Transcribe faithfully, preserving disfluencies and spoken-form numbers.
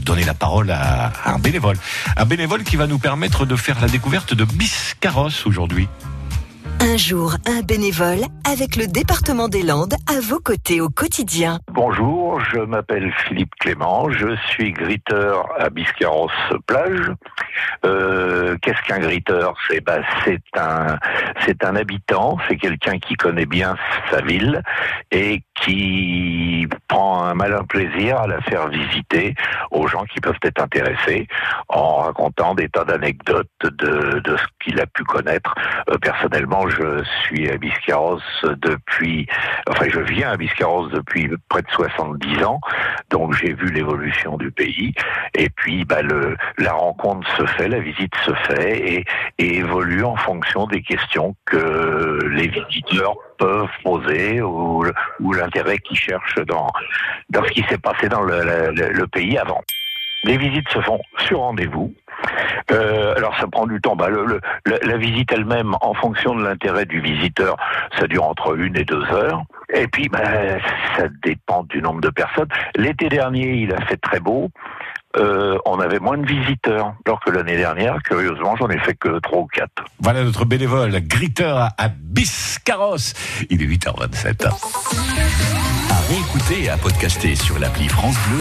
donner la parole à, à un bénévole. Un bénévole qui va nous permettre de faire la découverte de Biscarrosse aujourd'hui. Un jour, un bénévole avec le département des Landes à vos côtés au quotidien. Bonjour, je m'appelle Philippe Clément, je suis gritteur à Biscarrosse plage. Euh, qu'est-ce qu'un gritteur ? C'est bah, c'est un c'est un habitant, c'est quelqu'un qui connaît bien sa ville et qui prend un malin plaisir à la faire visiter aux gens qui peuvent être intéressés en racontant des tas d'anecdotes de, de ce qu'il a pu connaître. Euh, personnellement, je suis à Biscarrosse depuis, enfin je viens à Biscarrosse depuis près de soixante-dix ans, donc j'ai vu l'évolution du pays et puis bah, le, la rencontre se fait, la visite se fait et, et évolue en fonction des questions que les visiteurs peuvent poser ou, ou l'intérêt qu'ils cherchent dans, dans ce qui s'est passé dans le, le, le pays avant. Les visites se font sur rendez-vous. Euh, alors ça prend du temps. Bah, le, le, la, la visite elle-même, en fonction de l'intérêt du visiteur, ça dure entre une et deux heures. Et puis bah, ça dépend du nombre de personnes. L'été dernier, il a fait très beau. Euh, on avait moins de visiteurs, alors que l'année dernière, curieusement, j'en ai fait que trois ou quatre. Voilà notre bénévole, gritteur à, à Biscarrosse. Il est huit heures vingt-sept. À réécouter et à podcaster sur l'appli France Bleu.